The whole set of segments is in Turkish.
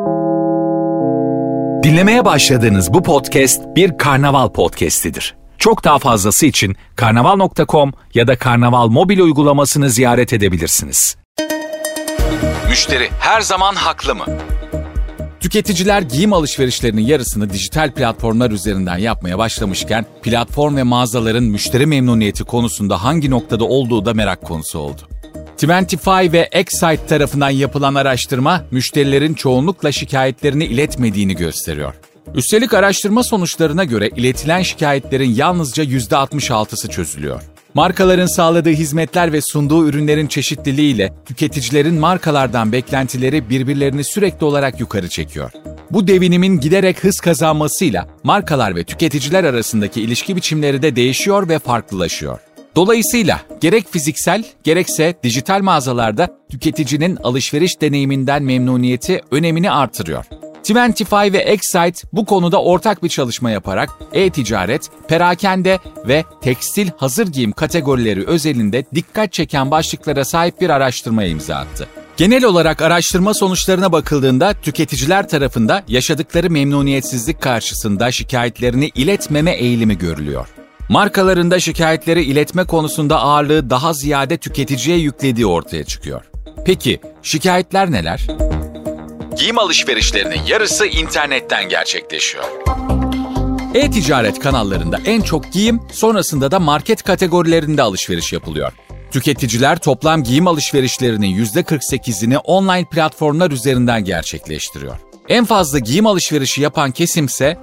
Dinlemeye başladığınız bu podcast bir Karnaval podcastidir. Çok daha fazlası için karnaval.com ya da Karnaval mobil uygulamasını ziyaret edebilirsiniz. Müşteri her zaman haklı mı? Tüketiciler giyim alışverişlerinin yarısını dijital platformlar üzerinden yapmaya başlamışken, platform ve mağazaların müşteri memnuniyeti konusunda hangi noktada olduğu da merak konusu oldu. Twentify ve Excite tarafından yapılan araştırma, müşterilerin çoğunlukla şikayetlerini iletmediğini gösteriyor. Üstelik araştırma sonuçlarına göre iletilen şikayetlerin yalnızca %66'sı çözülüyor. Markaların sağladığı hizmetler ve sunduğu ürünlerin çeşitliliğiyle tüketicilerin markalardan beklentileri birbirlerini sürekli olarak yukarı çekiyor. Bu devinimin giderek hız kazanmasıyla markalar ve tüketiciler arasındaki ilişki biçimleri de değişiyor ve farklılaşıyor. Dolayısıyla gerek fiziksel gerekse dijital mağazalarda tüketicinin alışveriş deneyiminden memnuniyeti önemini artırıyor. Twentify ve Excite bu konuda ortak bir çalışma yaparak e-ticaret, perakende ve tekstil hazır giyim kategorileri özelinde dikkat çeken başlıklara sahip bir araştırmaya imza attı. Genel olarak araştırma sonuçlarına bakıldığında tüketiciler tarafında yaşadıkları memnuniyetsizlik karşısında şikayetlerini iletmeme eğilimi görülüyor. Markaların da şikayetleri iletme konusunda ağırlığı daha ziyade tüketiciye yüklediği ortaya çıkıyor. Peki şikayetler neler? Giyim alışverişlerinin yarısı internetten gerçekleşiyor. E-ticaret kanallarında en çok giyim, sonrasında da market kategorilerinde alışveriş yapılıyor. Tüketiciler toplam giyim alışverişlerinin %48'ini online platformlar üzerinden gerçekleştiriyor. En fazla giyim alışverişi yapan kesimse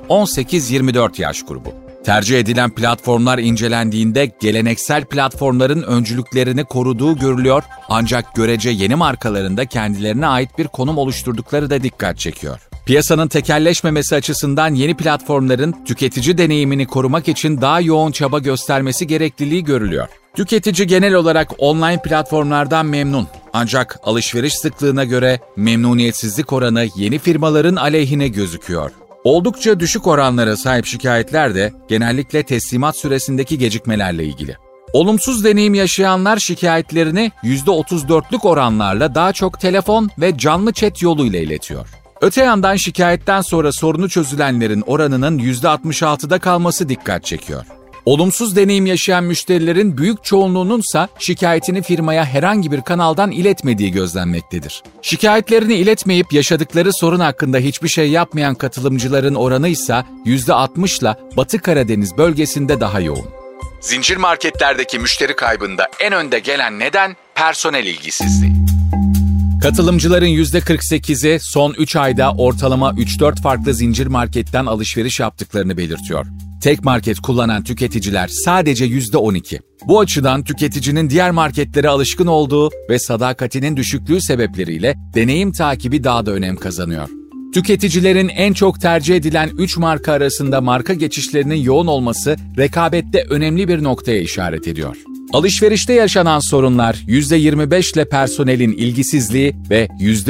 18-24 yaş grubu. Tercih edilen platformlar incelendiğinde geleneksel platformların öncülüklerini koruduğu görülüyor, ancak görece yeni markaların da kendilerine ait bir konum oluşturdukları da dikkat çekiyor. Piyasanın tekelleşmemesi açısından yeni platformların tüketici deneyimini korumak için daha yoğun çaba göstermesi gerekliliği görülüyor. Tüketici genel olarak online platformlardan memnun, ancak alışveriş sıklığına göre memnuniyetsizlik oranı yeni firmaların aleyhine gözüküyor. Oldukça düşük oranlara sahip şikayetler de genellikle teslimat süresindeki gecikmelerle ilgili. Olumsuz deneyim yaşayanlar şikayetlerini %34'lük oranlarla daha çok telefon ve canlı chat yoluyla iletiyor. Öte yandan şikayetten sonra sorunu çözülenlerin oranının %66'da kalması dikkat çekiyor. Olumsuz deneyim yaşayan müşterilerin büyük çoğunluğununsa şikayetini firmaya herhangi bir kanaldan iletmediği gözlenmektedir. Şikayetlerini iletmeyip yaşadıkları sorun hakkında hiçbir şey yapmayan katılımcıların oranı ise %60'la Batı Karadeniz bölgesinde daha yoğun. Zincir marketlerdeki müşteri kaybında en önde gelen neden personel ilgisizliği. Katılımcıların %48'i son 3 ayda ortalama 3-4 farklı zincir marketten alışveriş yaptıklarını belirtiyor. Tek market kullanan tüketiciler sadece %12. Bu açıdan tüketicinin diğer marketlere alışkın olduğu ve sadakatinin düşüklüğü sebepleriyle deneyim takibi daha da önem kazanıyor. Tüketicilerin en çok tercih edilen 3 marka arasında marka geçişlerinin yoğun olması rekabette önemli bir noktaya işaret ediyor. Alışverişte yaşanan sorunlar %25 ile personelin ilgisizliği ve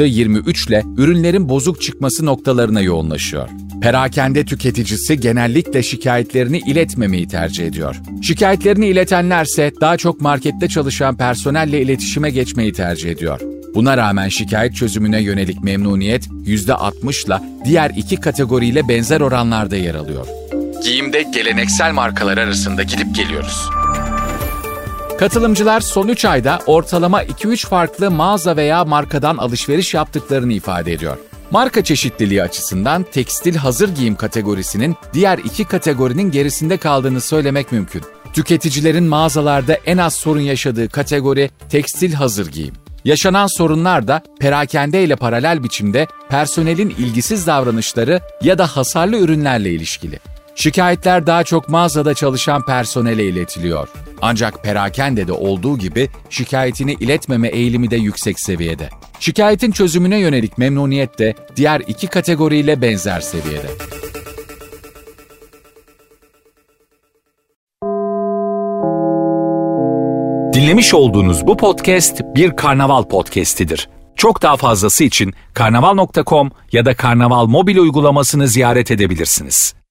%23 ile ürünlerin bozuk çıkması noktalarına yoğunlaşıyor. Perakende tüketicisi genellikle şikayetlerini iletmemeyi tercih ediyor. Şikayetlerini iletenlerse daha çok markette çalışan personelle iletişime geçmeyi tercih ediyor. Buna rağmen şikayet çözümüne yönelik memnuniyet %60 ile diğer iki kategoriyle benzer oranlarda yer alıyor. Giyimde geleneksel markalar arasında gidip geliyoruz. Katılımcılar son 3 ayda ortalama 2-3 farklı mağaza veya markadan alışveriş yaptıklarını ifade ediyor. Marka çeşitliliği açısından tekstil hazır giyim kategorisinin diğer iki kategorinin gerisinde kaldığını söylemek mümkün. Tüketicilerin mağazalarda en az sorun yaşadığı kategori tekstil hazır giyim. Yaşanan sorunlar da perakende ile paralel biçimde personelin ilgisiz davranışları ya da hasarlı ürünlerle ilişkili. Şikayetler daha çok mağazada çalışan personele iletiliyor. Ancak perakendede olduğu gibi şikayetini iletmeme eğilimi de yüksek seviyede. Şikayetin çözümüne yönelik memnuniyet de diğer iki kategoriyle benzer seviyede. Dinlemiş olduğunuz bu podcast bir Karnaval podcastidir. Çok daha fazlası için karnaval.com ya da Karnaval mobil uygulamasını ziyaret edebilirsiniz.